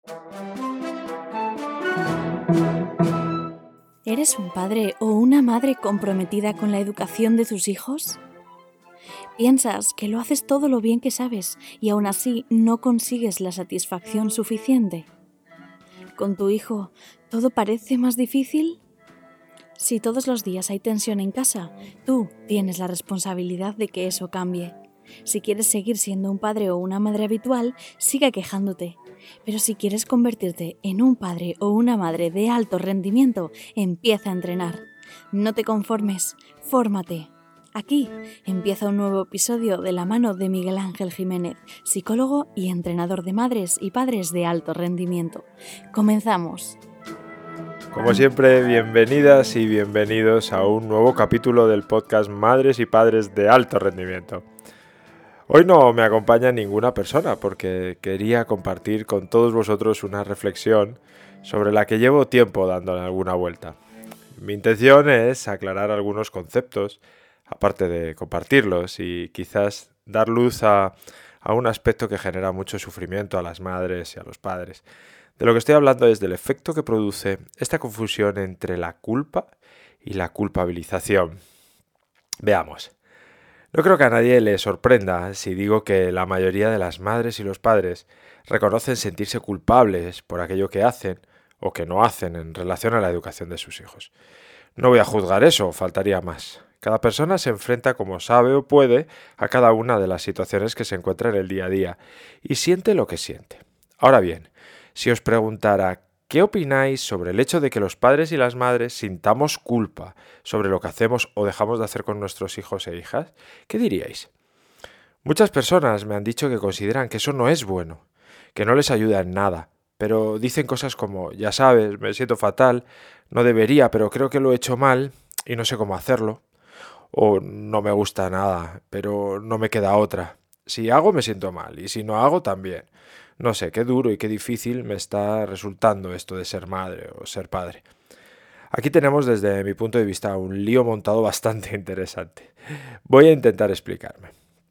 ¿Eres un padre o una madre comprometida con la educación de tus hijos? ¿Piensas que lo haces todo lo bien que sabes y aún así no consigues la satisfacción suficiente? ¿Con tu hijo todo parece más difícil? Si todos los días hay tensión en casa, tú tienes la responsabilidad de que eso cambie. Si quieres seguir siendo un padre o una madre habitual, sigue quejándote. Pero si quieres convertirte en un padre o una madre de alto rendimiento, empieza a entrenar. No te conformes, fórmate. Aquí empieza un nuevo episodio de la mano de Miguel Ángel Jiménez, psicólogo y entrenador de madres y padres de alto rendimiento. ¡Comenzamos! Como siempre, bienvenidas y bienvenidos a un nuevo capítulo del podcast Madres y Padres de Alto Rendimiento. Hoy no me acompaña ninguna persona porque quería compartir con todos vosotros una reflexión sobre la que llevo tiempo dándole alguna vuelta. Mi intención es aclarar algunos conceptos, aparte de compartirlos y quizás dar luz a un aspecto que genera mucho sufrimiento a las madres y a los padres. De lo que estoy hablando es del efecto que produce esta confusión entre la culpa y la culpabilización. Veamos. No creo que a nadie le sorprenda si digo que la mayoría de las madres y los padres reconocen sentirse culpables por aquello que hacen o que no hacen en relación a la educación de sus hijos. No voy a juzgar eso, faltaría más. Cada persona se enfrenta como sabe o puede a cada una de las situaciones que se encuentra en el día a día y siente lo que siente. Ahora bien, si os preguntara ¿qué opináis sobre el hecho de que los padres y las madres sintamos culpa sobre lo que hacemos o dejamos de hacer con nuestros hijos e hijas? ¿Qué diríais? Muchas personas me han dicho que consideran que eso no es bueno, que no les ayuda en nada, pero dicen cosas como, ya sabes, me siento fatal, no debería, pero creo que lo he hecho mal y no sé cómo hacerlo, o no me gusta nada, pero no me queda otra. Si hago me siento mal y si no hago también. No sé, qué duro y qué difícil me está resultando esto de ser madre o ser padre. Aquí tenemos desde mi punto de vista un lío montado bastante interesante. Voy a intentar explicarme.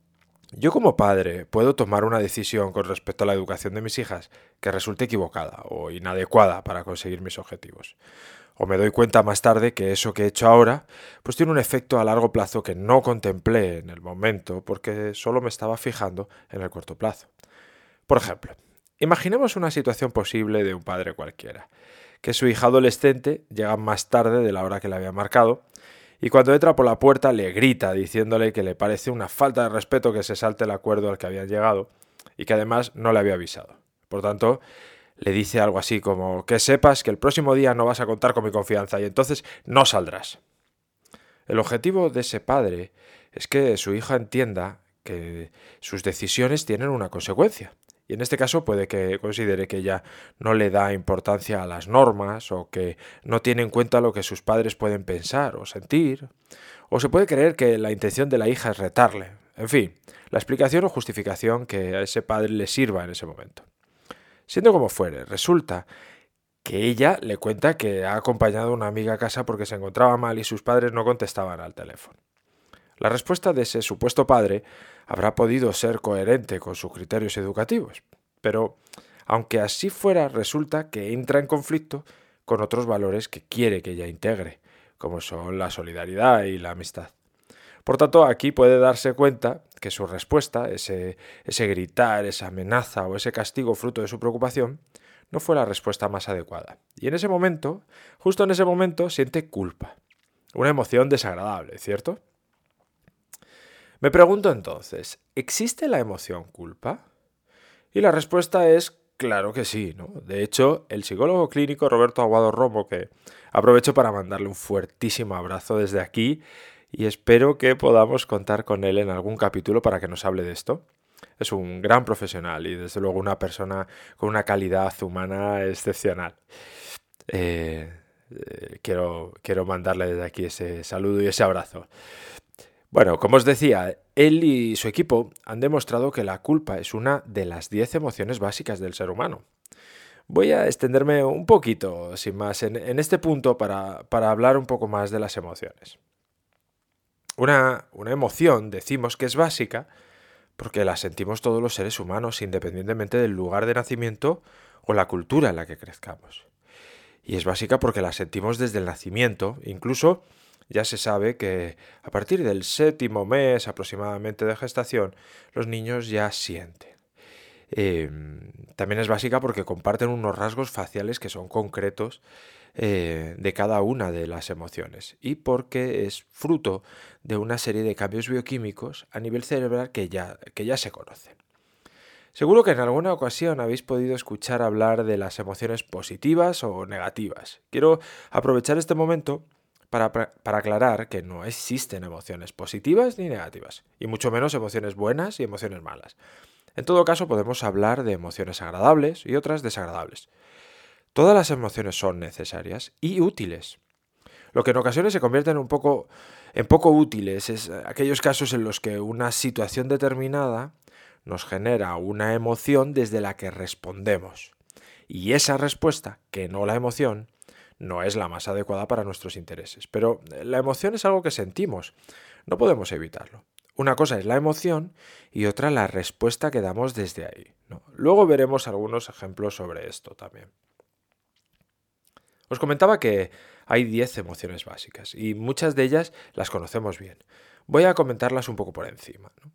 Yo como padre puedo tomar una decisión con respecto a la educación de mis hijas que resulte equivocada o inadecuada para conseguir mis objetivos. O me doy cuenta más tarde que eso que he hecho ahora pues tiene un efecto a largo plazo que no contemplé en el momento porque solo me estaba fijando en el corto plazo. Por ejemplo, imaginemos una situación posible de un padre cualquiera, que su hija adolescente llega más tarde de la hora que le había marcado y cuando entra por la puerta le grita diciéndole que le parece una falta de respeto que se salte el acuerdo al que habían llegado y que además no le había avisado. Por tanto, le dice algo así como que sepas que el próximo día no vas a contar con mi confianza y entonces no saldrás. El objetivo de ese padre es que su hija entienda que sus decisiones tienen una consecuencia. Y en este caso puede que considere que ella no le da importancia a las normas o que no tiene en cuenta lo que sus padres pueden pensar o sentir. O se puede creer que la intención de la hija es retarle. En fin, la explicación o justificación que a ese padre le sirva en ese momento. Siendo como fuere, resulta que ella le cuenta que ha acompañado a una amiga a casa porque se encontraba mal y sus padres no contestaban al teléfono. La respuesta de ese supuesto padre habrá podido ser coherente con sus criterios educativos, pero aunque así fuera, resulta que entra en conflicto con otros valores que quiere que ella integre, como son la solidaridad y la amistad. Por tanto, aquí puede darse cuenta que su respuesta, ese gritar, esa amenaza o ese castigo fruto de su preocupación, no fue la respuesta más adecuada. Y en ese momento, justo en ese momento, siente culpa. Una emoción desagradable, ¿cierto? Me pregunto entonces, ¿existe la emoción culpa? Y la respuesta es claro que sí, ¿no? De hecho, el psicólogo clínico Roberto Aguado Romo, que aprovecho para mandarle un fuertísimo abrazo desde aquí y espero que podamos contar con él en algún capítulo para que nos hable de esto. Es un gran profesional y desde luego una persona con una calidad humana excepcional. Quiero mandarle desde aquí ese saludo y ese abrazo. Bueno, como os decía, él y su equipo han demostrado que la culpa es una de las 10 emociones básicas del ser humano. Voy a extenderme un poquito, sin más, en este punto para hablar un poco más de las emociones. Una emoción decimos que es básica porque la sentimos todos los seres humanos, independientemente del lugar de nacimiento o la cultura en la que crezcamos. Y es básica porque la sentimos desde el nacimiento. Incluso ya se sabe que a partir del 7º mes aproximadamente de gestación, los niños ya sienten. También es básica porque comparten unos rasgos faciales que son concretos de cada una de las emociones y porque es fruto de una serie de cambios bioquímicos a nivel cerebral que ya se conocen. Seguro que en alguna ocasión habéis podido escuchar hablar de las emociones positivas o negativas. Quiero aprovechar este momento para aclarar que no existen emociones positivas ni negativas, y mucho menos emociones buenas y emociones malas. En todo caso, podemos hablar de emociones agradables y otras desagradables. Todas las emociones son necesarias y útiles. Lo que en ocasiones se convierte en poco útiles es aquellos casos en los que una situación determinada nos genera una emoción desde la que respondemos. Y esa respuesta, que no la emoción, no es la más adecuada para nuestros intereses. Pero la emoción es algo que sentimos, no podemos evitarlo. Una cosa es la emoción y otra la respuesta que damos desde ahí, ¿no? Luego veremos algunos ejemplos sobre esto también. Os comentaba que hay 10 emociones básicas y muchas de ellas las conocemos bien. Voy a comentarlas un poco por encima, ¿no?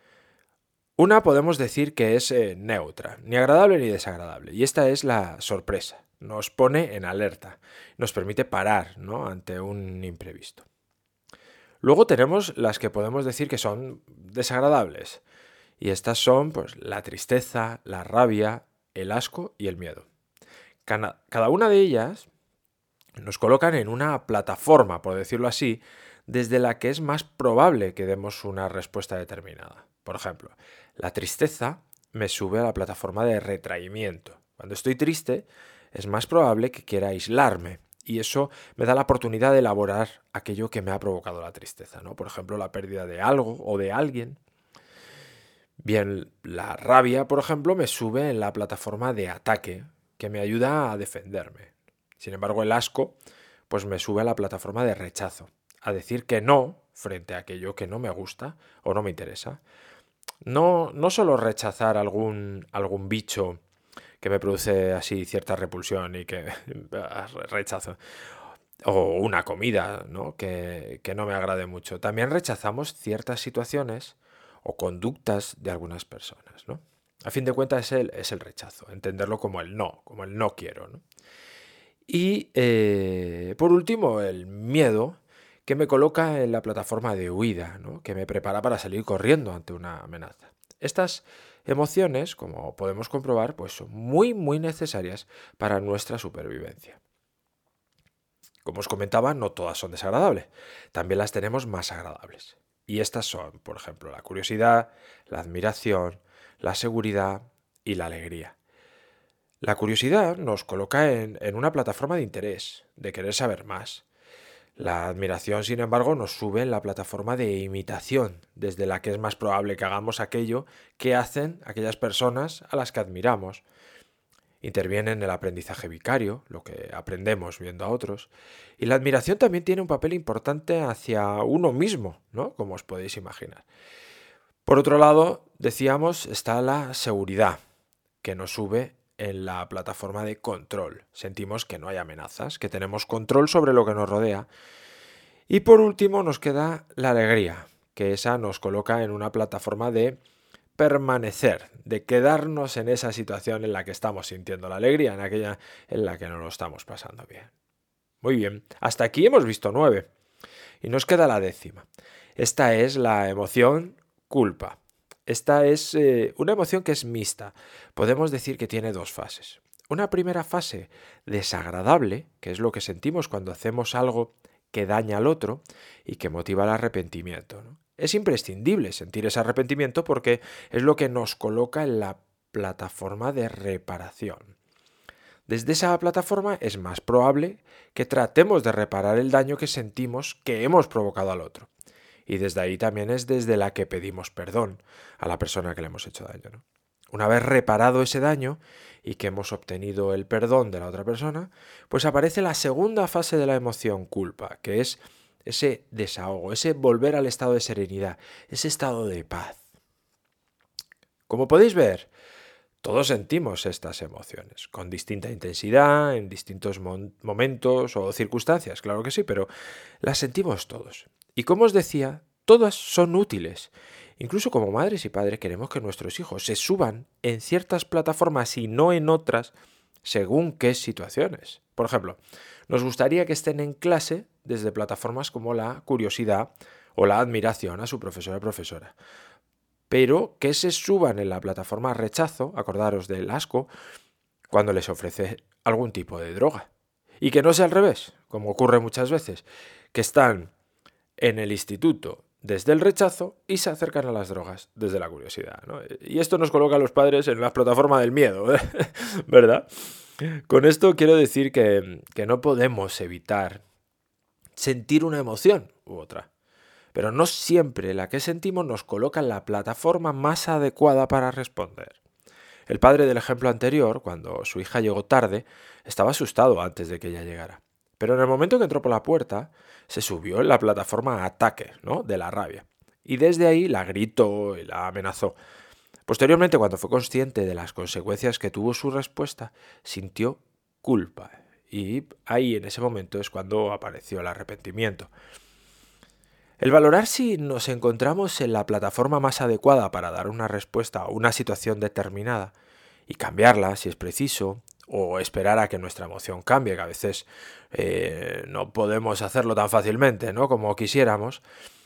Una podemos decir que es neutra, ni agradable ni desagradable, y esta es la sorpresa. Nos pone en alerta, nos permite parar, ¿no?, ante un imprevisto. Luego tenemos las que podemos decir que son desagradables, y estas son pues, la tristeza, la rabia, el asco y el miedo. Cada una de ellas nos colocan en una plataforma, por decirlo así, desde la que es más probable que demos una respuesta determinada. Por ejemplo, la tristeza me sube a la plataforma de retraimiento. Cuando estoy triste, es más probable que quiera aislarme y eso me da la oportunidad de elaborar aquello que me ha provocado la tristeza, ¿no? Por ejemplo, la pérdida de algo o de alguien. Bien, la rabia, por ejemplo, me sube en la plataforma de ataque, que me ayuda a defenderme. Sin embargo, el asco, pues me sube a la plataforma de rechazo, a decir que no frente a aquello que no me gusta o no me interesa. No solo rechazar algún bicho que me produce así cierta repulsión y que rechazo, o una comida, ¿no?, que no me agrade mucho. También rechazamos ciertas situaciones o conductas de algunas personas, ¿no? A fin de cuentas es el rechazo, entenderlo como el no quiero, ¿no? Y por último, el miedo, que me coloca en la plataforma de huida, ¿no?, que me prepara para salir corriendo ante una amenaza. Estas emociones, como podemos comprobar, pues son muy, muy necesarias para nuestra supervivencia. Como os comentaba, no todas son desagradables, también las tenemos más agradables. Y estas son, por ejemplo, la curiosidad, la admiración, la seguridad y la alegría. La curiosidad nos coloca en una plataforma de interés, de querer saber más. La admiración, sin embargo, nos sube en la plataforma de imitación, desde la que es más probable que hagamos aquello que hacen aquellas personas a las que admiramos. Interviene en el aprendizaje vicario, lo que aprendemos viendo a otros. Y la admiración también tiene un papel importante hacia uno mismo, ¿no?, como os podéis imaginar. Por otro lado, decíamos, está la seguridad, que nos sube en la plataforma de control. Sentimos que no hay amenazas, que tenemos control sobre lo que nos rodea. Y por último nos queda la alegría, que esa nos coloca en una plataforma de permanecer, de quedarnos en esa situación en la que estamos sintiendo la alegría, en aquella en la que nos lo estamos pasando bien. Muy bien, hasta aquí hemos visto 9. Y nos queda la 10ª. Esta es la emoción culpa. Esta es una emoción que es mixta. Podemos decir que tiene 2 fases. Una primera fase desagradable, que es lo que sentimos cuando hacemos algo que daña al otro y que motiva el arrepentimiento, ¿no? Es imprescindible sentir ese arrepentimiento porque es lo que nos coloca en la plataforma de reparación. Desde esa plataforma es más probable que tratemos de reparar el daño que sentimos que hemos provocado al otro. Y desde ahí también es desde la que pedimos perdón a la persona que le hemos hecho daño, ¿no? Una vez reparado ese daño y que hemos obtenido el perdón de la otra persona, pues aparece la segunda fase de la emoción culpa, que es ese desahogo, ese volver al estado de serenidad, ese estado de paz. Como podéis ver, Todos sentimos estas emociones, con distinta intensidad, en distintos momentos o circunstancias, claro que sí, pero las sentimos todos. Y como os decía, todas son útiles. Incluso como madres y padres queremos que nuestros hijos se suban en ciertas plataformas y no en otras, según qué situaciones. Por ejemplo, nos gustaría que estén en clase desde plataformas como la curiosidad o la admiración a su profesor o profesora, pero que se suban en la plataforma rechazo, acordaros del asco, cuando les ofrece algún tipo de droga. Y que no sea al revés, como ocurre muchas veces, que están en el instituto desde el rechazo y se acercan a las drogas desde la curiosidad, ¿no? Y esto nos coloca a los padres en la plataforma del miedo, ¿verdad? Con esto quiero decir que no podemos evitar sentir una emoción u otra, pero no siempre la que sentimos nos coloca en la plataforma más adecuada para responder. El padre del ejemplo anterior, cuando su hija llegó tarde, estaba asustado antes de que ella llegara. Pero en el momento que entró por la puerta, se subió en la plataforma ataque, ¿no?, de la rabia. Y desde ahí la gritó y la amenazó. Posteriormente, cuando fue consciente de las consecuencias que tuvo su respuesta, sintió culpa. Y ahí, en ese momento, es cuando apareció el arrepentimiento. El valorar si nos encontramos en la plataforma más adecuada para dar una respuesta a una situación determinada y cambiarla si es preciso, o esperar a que nuestra emoción cambie, que a veces no podemos hacerlo tan fácilmente, ¿no?, como quisiéramos,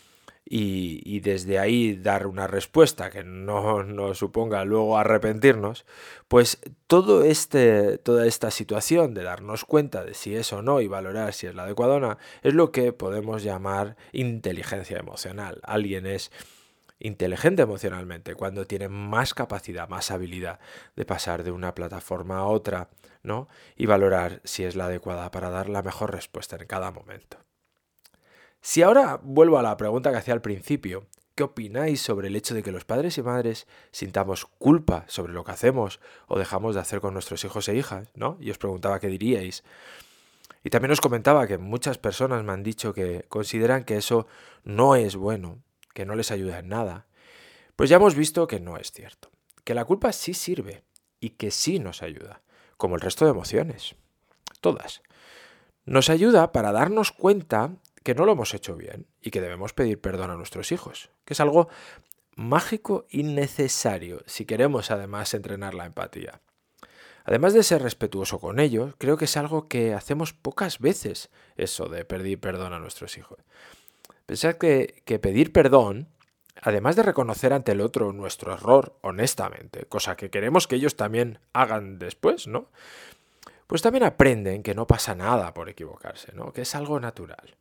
y desde ahí dar una respuesta que no nos suponga luego arrepentirnos, pues toda esta situación de darnos cuenta de si es o no y valorar si es la adecuada o no, es lo que podemos llamar inteligencia emocional. Alguien es inteligente emocionalmente cuando tiene más capacidad, más habilidad de pasar de una plataforma a otra, ¿no?, y valorar si es la adecuada para dar la mejor respuesta en cada momento. Si ahora vuelvo a la pregunta que hacía al principio, ¿qué opináis sobre el hecho de que los padres y madres sintamos culpa sobre lo que hacemos o dejamos de hacer con nuestros hijos e hijas, ¿no? Y os preguntaba qué diríais. Y también os comentaba que muchas personas me han dicho que consideran que eso no es bueno, que no les ayuda en nada. Pues ya hemos visto que no es cierto, que la culpa sí sirve y que sí nos ayuda, como el resto de emociones, todas. Nos ayuda para darnos cuenta que no lo hemos hecho bien y que debemos pedir perdón a nuestros hijos, que es algo mágico y necesario si queremos además entrenar la empatía. Además de ser respetuoso con ellos, creo que es algo que hacemos pocas veces, eso de pedir perdón a nuestros hijos. Pensad que pedir perdón, además de reconocer ante el otro nuestro error honestamente, cosa que queremos que ellos también hagan después, ¿no?, pues también aprenden que no pasa nada por equivocarse, ¿no?, que es algo natural.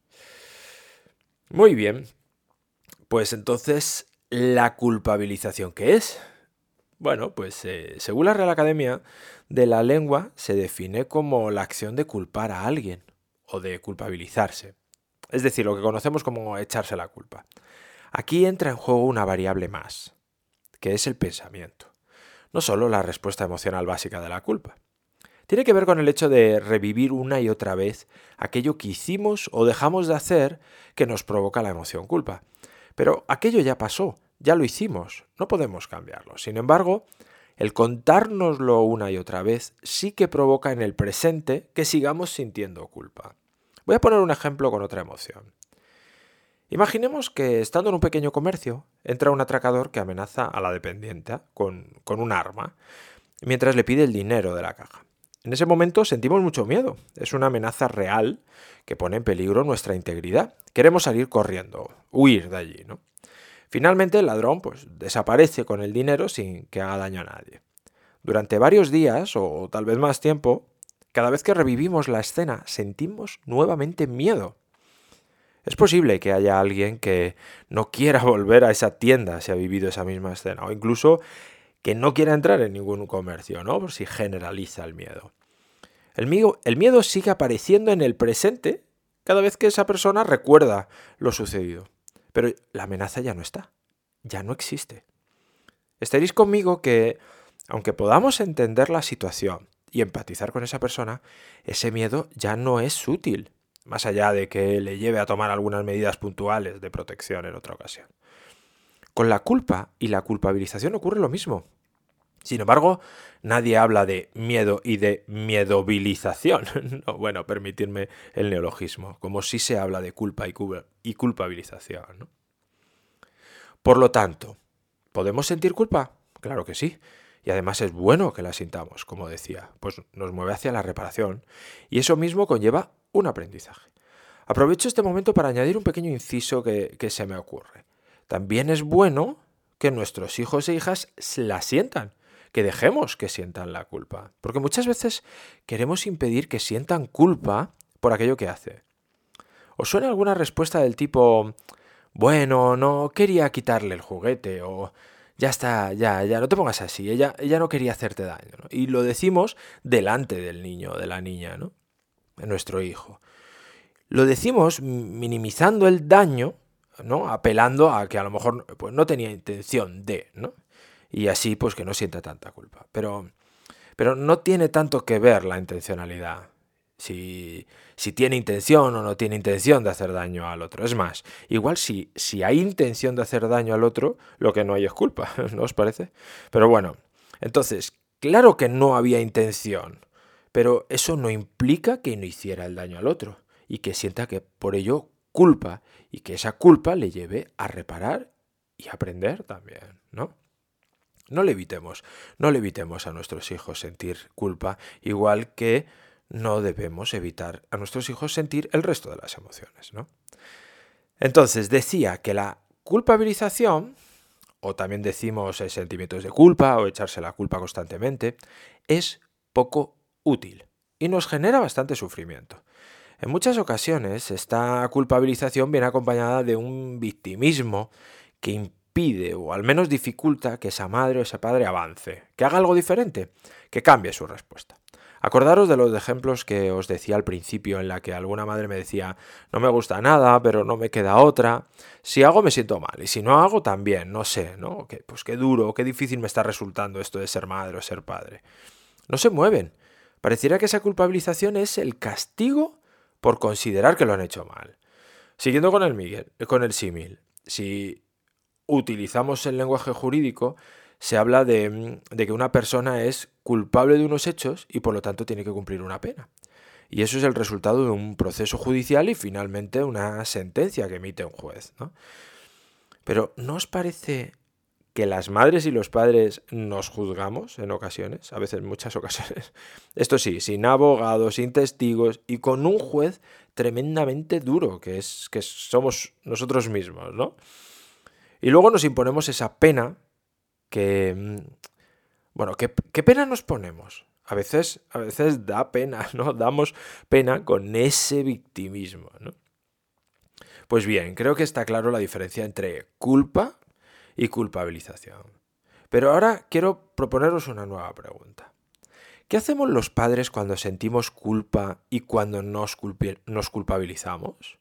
Muy bien, pues entonces, ¿la culpabilización qué es? Bueno, pues según la Real Academia de la Lengua se define como la acción de culpar a alguien o de culpabilizarse. Es decir, lo que conocemos como echarse la culpa. Aquí entra en juego una variable más, que es el pensamiento, no solo la respuesta emocional básica de la culpa. Tiene que ver con el hecho de revivir una y otra vez aquello que hicimos o dejamos de hacer que nos provoca la emoción culpa. Pero aquello ya pasó, ya lo hicimos, no podemos cambiarlo. Sin embargo, el contárnoslo una y otra vez sí que provoca en el presente que sigamos sintiendo culpa. Voy a poner un ejemplo con otra emoción. Imaginemos que, estando en un pequeño comercio, entra un atracador que amenaza a la dependiente con un arma, mientras le pide el dinero de la caja. En ese momento sentimos mucho miedo. Es una amenaza real que pone en peligro nuestra integridad. Queremos salir corriendo, huir de allí, ¿no? Finalmente el ladrón desaparece con el dinero sin que haga daño a nadie. Durante varios días, o tal vez más tiempo, cada vez que revivimos la escena, sentimos nuevamente miedo. Es posible que haya alguien que no quiera volver a esa tienda si ha vivido esa misma escena, o incluso que no quiera entrar en ningún comercio, ¿no?, por si generaliza el miedo. El miedo sigue apareciendo en el presente cada vez que esa persona recuerda lo sucedido. Pero la amenaza ya no está, ya no existe. Estaréis conmigo que, aunque podamos entender la situación y empatizar con esa persona, ese miedo ya no es útil, más allá de que le lleve a tomar algunas medidas puntuales de protección en otra ocasión. Con la culpa y la culpabilización ocurre lo mismo. Sin embargo, nadie habla de miedo y de miedovilización. No, bueno, permitirme el neologismo, como si se habla de culpa y culpabilización, ¿no? Por lo tanto, ¿podemos sentir culpa? Claro que sí. Y además es bueno que la sintamos, como decía, pues nos mueve hacia la reparación. Y eso mismo conlleva un aprendizaje. Aprovecho este momento para añadir un pequeño inciso que se me ocurre. También es bueno que nuestros hijos e hijas la sientan, que dejemos que sientan la culpa. Porque muchas veces queremos impedir que sientan culpa por aquello que hace. ¿Os suena alguna respuesta del tipo, bueno, no quería quitarle el juguete, o ya está, ya, no te pongas así, ella no quería hacerte daño, ¿no? Y lo decimos delante del niño o de la niña, ¿no? De nuestro hijo. Lo decimos minimizando el daño, ¿no? Apelando a que a lo mejor pues, no tenía intención de, ¿no? Y así pues que no sienta tanta culpa. Pero no tiene tanto que ver la intencionalidad. Si tiene intención o no tiene intención de hacer daño al otro. Es más, igual si hay intención de hacer daño al otro, lo que no hay es culpa, ¿no os parece? Pero bueno, entonces, claro que no había intención, pero eso no implica que no hiciera el daño al otro y que sienta que por ello culpa y que esa culpa le lleve a reparar y aprender también, ¿no? No le evitemos a nuestros hijos sentir culpa, igual que no debemos evitar a nuestros hijos sentir el resto de las emociones, ¿no? Entonces, decía que la culpabilización, o también decimos sentimientos de culpa o echarse la culpa constantemente, es poco útil y nos genera bastante sufrimiento. En muchas ocasiones, esta culpabilización viene acompañada de un victimismo que impide o al menos dificulta que esa madre o ese padre avance, que haga algo diferente, que cambie su respuesta. Acordaros de los ejemplos que os decía al principio, en la que alguna madre me decía, no me gusta nada, pero no me queda otra. Si hago me siento mal, y si no hago también, no sé, ¿no? Pues qué duro, qué difícil me está resultando esto de ser madre o ser padre. No se mueven. Pareciera que esa culpabilización es el castigo por considerar que lo han hecho mal. Siguiendo con el símil, si utilizamos el lenguaje jurídico, se habla de que una persona es culpable de unos hechos y por lo tanto tiene que cumplir una pena. Y eso es el resultado de un proceso judicial y finalmente una sentencia que emite un juez, ¿no? Pero ¿no os parece que las madres y los padres nos juzgamos en ocasiones? A veces, muchas ocasiones. Esto sí, sin abogados, sin testigos y con un juez tremendamente duro, que somos nosotros mismos, ¿no? Y luego nos imponemos esa pena que... Bueno, ¿qué pena nos ponemos? A veces da pena, ¿no? Damos pena con ese victimismo, ¿no? Pues bien, creo que está claro la diferencia entre culpa y culpabilización. Pero ahora quiero proponeros una nueva pregunta. ¿Qué hacemos los padres cuando sentimos culpa y cuando nos culpabilizamos?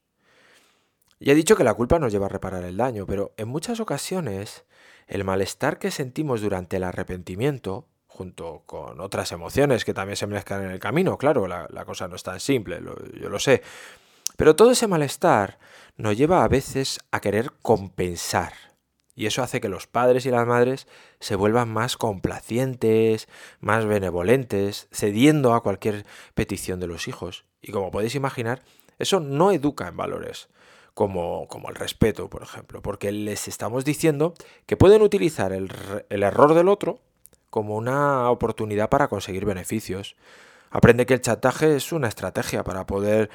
Ya he dicho que la culpa nos lleva a reparar el daño, pero en muchas ocasiones el malestar que sentimos durante el arrepentimiento, junto con otras emociones que también se mezclan en el camino, claro, la cosa no es tan simple, yo lo sé, pero todo ese malestar nos lleva a veces a querer compensar. Y eso hace que los padres y las madres se vuelvan más complacientes, más benevolentes, cediendo a cualquier petición de los hijos. Y como podéis imaginar, eso no educa en valores, como el respeto, por ejemplo, porque les estamos diciendo que pueden utilizar el error del otro como una oportunidad para conseguir beneficios. Aprende que el chantaje es una estrategia para poder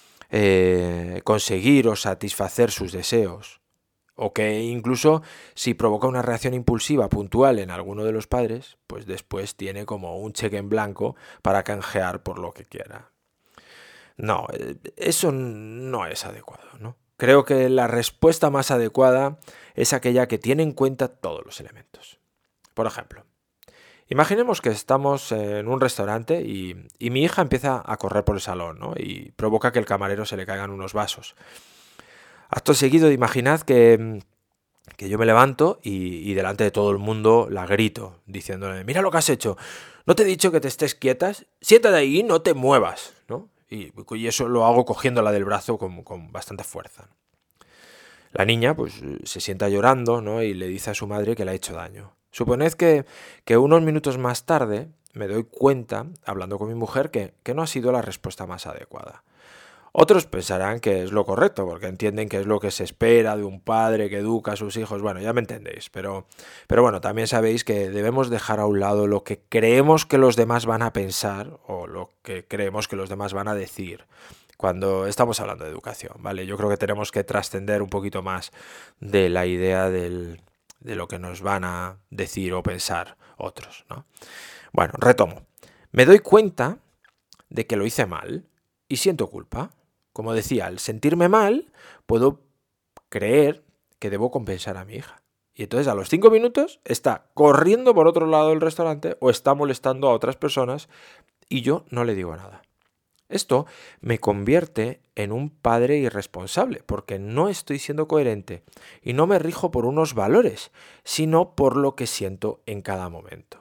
conseguir o satisfacer sus deseos. O que incluso si provoca una reacción impulsiva puntual en alguno de los padres, pues después tiene como un cheque en blanco para canjear por lo que quiera. No, eso no es adecuado, ¿no? Creo que la respuesta más adecuada es aquella que tiene en cuenta todos los elementos. Por ejemplo, imaginemos que estamos en un restaurante y mi hija empieza a correr por el salón, ¿no? Y provoca que el camarero se le caigan unos vasos. Acto seguido, imaginad que yo me levanto y delante de todo el mundo la grito, diciéndole, mira lo que has hecho, no te he dicho que te estés quietas, siéntate ahí y no te muevas, ¿no? Y eso lo hago cogiéndola del brazo con bastante fuerza. La niña pues se sienta llorando, ¿no? Y le dice a su madre que le ha hecho daño. Suponed que unos minutos más tarde me doy cuenta, hablando con mi mujer, que no ha sido la respuesta más adecuada. Otros pensarán que es lo correcto, porque entienden que es lo que se espera de un padre que educa a sus hijos. Bueno, ya me entendéis, pero bueno, también sabéis que debemos dejar a un lado lo que creemos que los demás van a pensar o lo que creemos que los demás van a decir cuando estamos hablando de educación, ¿vale? Yo creo que tenemos que trascender un poquito más de la idea de lo que nos van a decir o pensar otros, ¿no? Bueno, retomo. Me doy cuenta de que lo hice mal y siento culpa. Como decía, al sentirme mal, puedo creer que debo compensar a mi hija. Y entonces a los 5 minutos está corriendo por otro lado del restaurante o está molestando a otras personas y yo no le digo nada. Esto me convierte en un padre irresponsable porque no estoy siendo coherente y no me rijo por unos valores, sino por lo que siento en cada momento.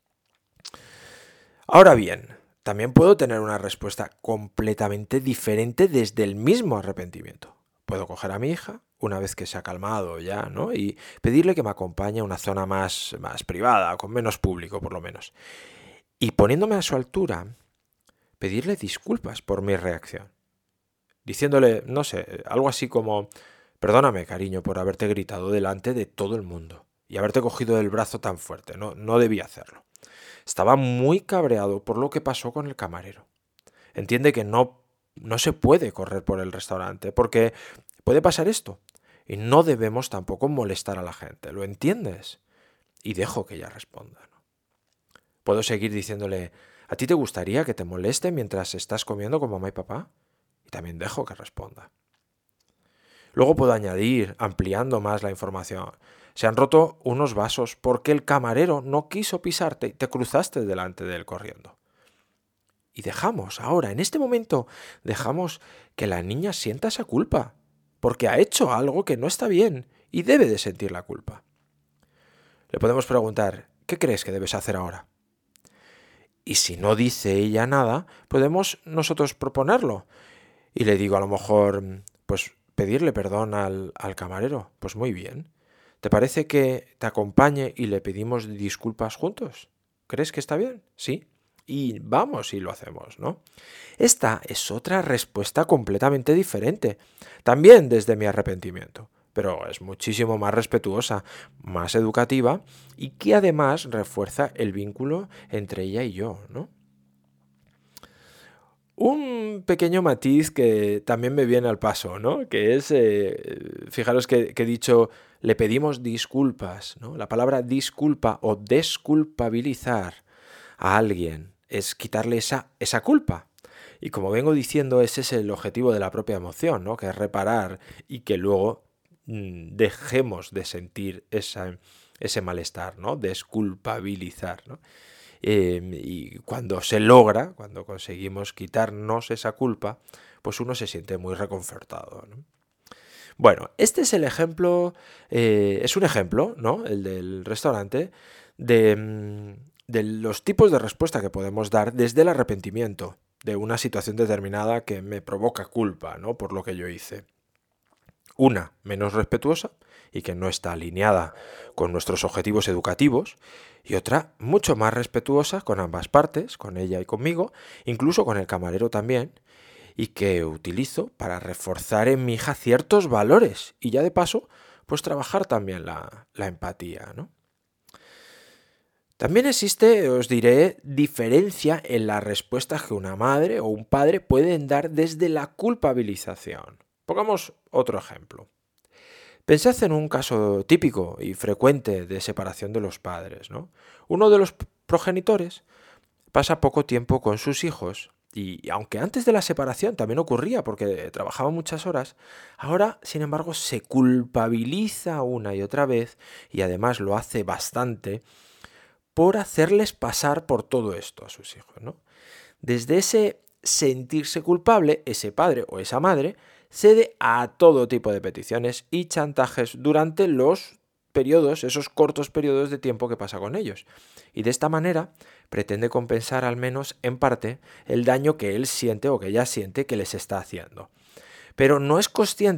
Ahora bien, también puedo tener una respuesta completamente diferente desde el mismo arrepentimiento. Puedo coger a mi hija, una vez que se ha calmado ya, ¿no? Y pedirle que me acompañe a una zona más privada, con menos público por lo menos. Y poniéndome a su altura, pedirle disculpas por mi reacción. Diciéndole, no sé, algo así como, perdóname, cariño, por haberte gritado delante de todo el mundo y haberte cogido del brazo tan fuerte. No debía hacerlo. Estaba muy cabreado por lo que pasó con el camarero. Entiende que no se puede correr por el restaurante porque puede pasar esto y no debemos tampoco molestar a la gente. ¿Lo entiendes? Y dejo que ella responda, ¿no? Puedo seguir diciéndole, ¿a ti te gustaría que te moleste mientras estás comiendo con mamá y papá? Y también dejo que responda. Luego puedo añadir, ampliando más la información. Se han roto unos vasos porque el camarero no quiso pisarte y te cruzaste delante de él corriendo. Y dejamos, ahora, en este momento, dejamos que la niña sienta esa culpa, porque ha hecho algo que no está bien y debe de sentir la culpa. Le podemos preguntar, ¿qué crees que debes hacer ahora? Y si no dice ella nada, podemos nosotros proponerlo. Y le digo a lo mejor, pues pedirle perdón al camarero. Pues muy bien. ¿Te parece que te acompañe y le pedimos disculpas juntos? ¿Crees que está bien? Sí. Y vamos y lo hacemos, ¿no? Esta es otra respuesta completamente diferente. También desde mi arrepentimiento. Pero es muchísimo más respetuosa, más educativa y que además refuerza el vínculo entre ella y yo, ¿no? Un pequeño matiz que también me viene al paso, ¿no? Que es, fijaros que he dicho, le pedimos disculpas, ¿no? La palabra disculpa o desculpabilizar a alguien es quitarle esa culpa. Y como vengo diciendo, ese es el objetivo de la propia emoción, ¿no? Que es reparar y que luego dejemos de sentir ese malestar, ¿no? Desculpabilizar, ¿no? Y cuando se logra, cuando conseguimos quitarnos esa culpa, pues uno se siente muy reconfortado, ¿no? Bueno, este es el ejemplo, es un ejemplo, ¿no? El del restaurante, de los tipos de respuesta que podemos dar desde el arrepentimiento de una situación determinada que me provoca culpa, ¿no? Por lo que yo hice. Una menos respetuosa y que no está alineada con nuestros objetivos educativos, y otra mucho más respetuosa con ambas partes, con ella y conmigo, incluso con el camarero también, y que utilizo para reforzar en mi hija ciertos valores y ya de paso, pues trabajar también la empatía, ¿no? También existe, os diré, diferencia en las respuestas que una madre o un padre pueden dar desde la culpabilización. Pongamos otro ejemplo. Pensad en un caso típico y frecuente de separación de los padres, ¿no? Uno de los progenitores pasa poco tiempo con sus hijos y aunque antes de la separación también ocurría porque trabajaba muchas horas, ahora, sin embargo, se culpabiliza una y otra vez y además lo hace bastante por hacerles pasar por todo esto a sus hijos, ¿no? Desde ese sentirse culpable, ese padre o esa madre cede a todo tipo de peticiones y chantajes durante los periodos, esos cortos periodos de tiempo que pasa con ellos. Y de esta manera pretende compensar al menos en parte el daño que él siente o que ella siente que les está haciendo. Pero no es consciente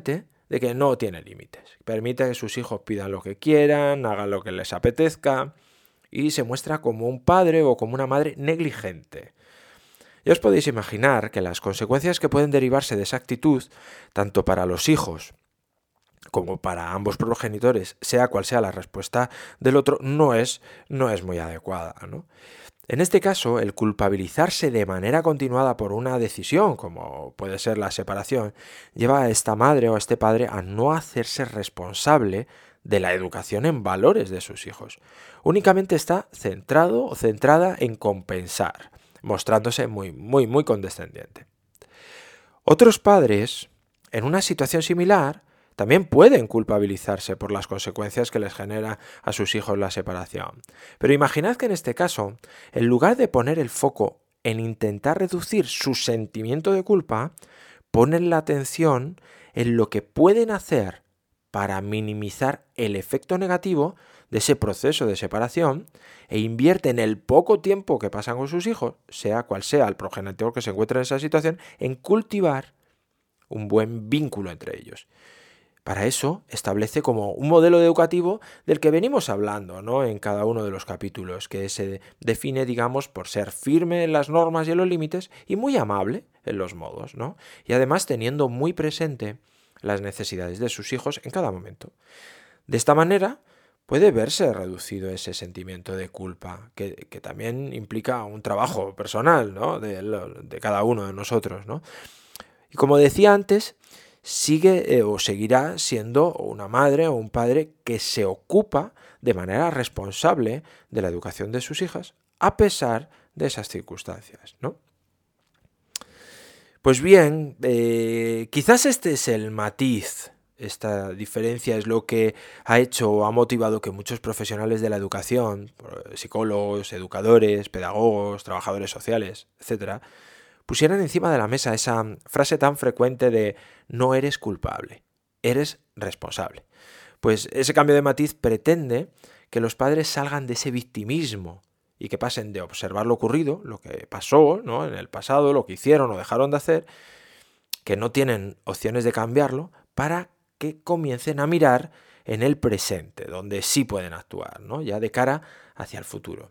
de que no tiene límites. Permite que sus hijos pidan lo que quieran, hagan lo que les apetezca y se muestra como un padre o como una madre negligente. Ya os podéis imaginar que las consecuencias que pueden derivarse de esa actitud, tanto para los hijos como para ambos progenitores, sea cual sea la respuesta del otro, no es muy adecuada, ¿no? En este caso, el culpabilizarse de manera continuada por una decisión, como puede ser la separación, lleva a esta madre o a este padre a no hacerse responsable de la educación en valores de sus hijos. Únicamente está centrado o centrada en compensar, mostrándose muy condescendiente. Otros padres, en una situación similar, también pueden culpabilizarse por las consecuencias que les genera a sus hijos la separación. Pero imaginad que en este caso, en lugar de poner el foco en intentar reducir su sentimiento de culpa, ponen la atención en lo que pueden hacer para minimizar el efecto negativo de ese proceso de separación e invierten el poco tiempo que pasan con sus hijos, sea cual sea el progenitor que se encuentre en esa situación, en cultivar un buen vínculo entre ellos. Para eso establece como un modelo educativo del que venimos hablando, ¿no?, en cada uno de los capítulos, que se define, digamos, por ser firme en las normas y en los límites y muy amable en los modos, ¿no? Y además teniendo muy presente las necesidades de sus hijos en cada momento. De esta manera puede verse reducido ese sentimiento de culpa, que también implica un trabajo personal, ¿no?, de cada uno de nosotros, ¿no? Y como decía antes, sigue o seguirá siendo una madre o un padre que se ocupa de manera responsable de la educación de sus hijas, a pesar de esas circunstancias, ¿no? Pues bien, quizás este es el matiz, esta diferencia es lo que ha hecho o ha motivado que muchos profesionales de la educación, psicólogos, educadores, pedagogos, trabajadores sociales, etcétera, pusieran encima de la mesa esa frase tan frecuente de no eres culpable, eres responsable. Pues ese cambio de matiz pretende que los padres salgan de ese victimismo y que pasen de observar lo ocurrido, lo que pasó, ¿no?, en el pasado, lo que hicieron o dejaron de hacer, que no tienen opciones de cambiarlo, para que comiencen a mirar en el presente, donde sí pueden actuar, ¿no?, ya de cara hacia el futuro.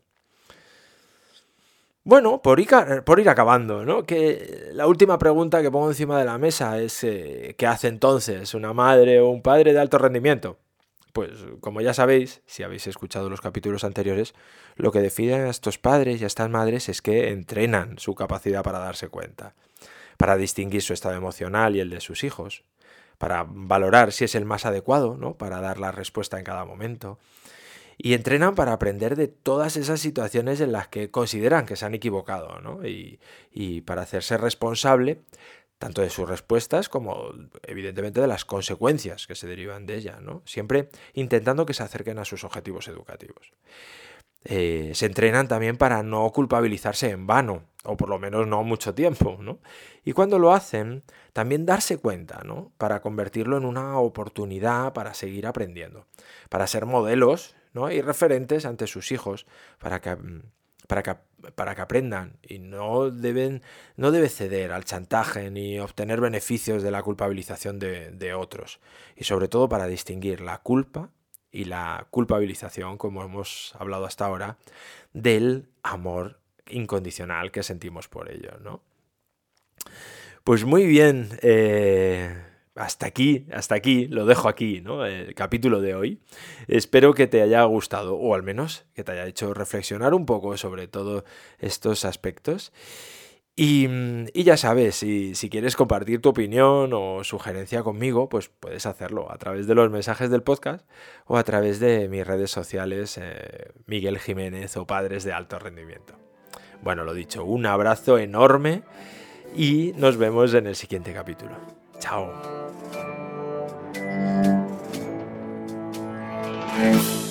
Bueno, por ir acabando, ¿no?, que la última pregunta que pongo encima de la mesa es ¿qué hace entonces una madre o un padre de alto rendimiento? Pues como ya sabéis, si habéis escuchado los capítulos anteriores, lo que define a estos padres y a estas madres es que entrenan su capacidad para darse cuenta, para distinguir su estado emocional y el de sus hijos, para valorar si es el más adecuado, ¿no?, para dar la respuesta en cada momento. Y entrenan para aprender de todas esas situaciones en las que consideran que se han equivocado, ¿no?, y para hacerse responsable tanto de sus respuestas como, evidentemente, de las consecuencias que se derivan de ellas, ¿no?, siempre intentando que se acerquen a sus objetivos educativos. Se entrenan también para no culpabilizarse en vano, o por lo menos no mucho tiempo, ¿no? Y cuando lo hacen, también darse cuenta, ¿no?, para convertirlo en una oportunidad para seguir aprendiendo, para ser modelos, ¿no?, y referentes ante sus hijos, para que aprendan, y no debe ceder al chantaje ni obtener beneficios de la culpabilización de otros, y sobre todo para distinguir la culpa y la culpabilización, como hemos hablado hasta ahora, del amor incondicional que sentimos por ellos, ¿no? Pues muy bien, hasta aquí, lo dejo aquí, ¿no?, el capítulo de hoy. Espero que te haya gustado, o al menos que te haya hecho reflexionar un poco sobre todos estos aspectos. Y ya sabes, si quieres compartir tu opinión o sugerencia conmigo, pues puedes hacerlo a través de los mensajes del podcast o a través de mis redes sociales, Miguel Jiménez o Padres de Alto Rendimiento. Bueno, lo dicho, un abrazo enorme y nos vemos en el siguiente capítulo. ¡Chao!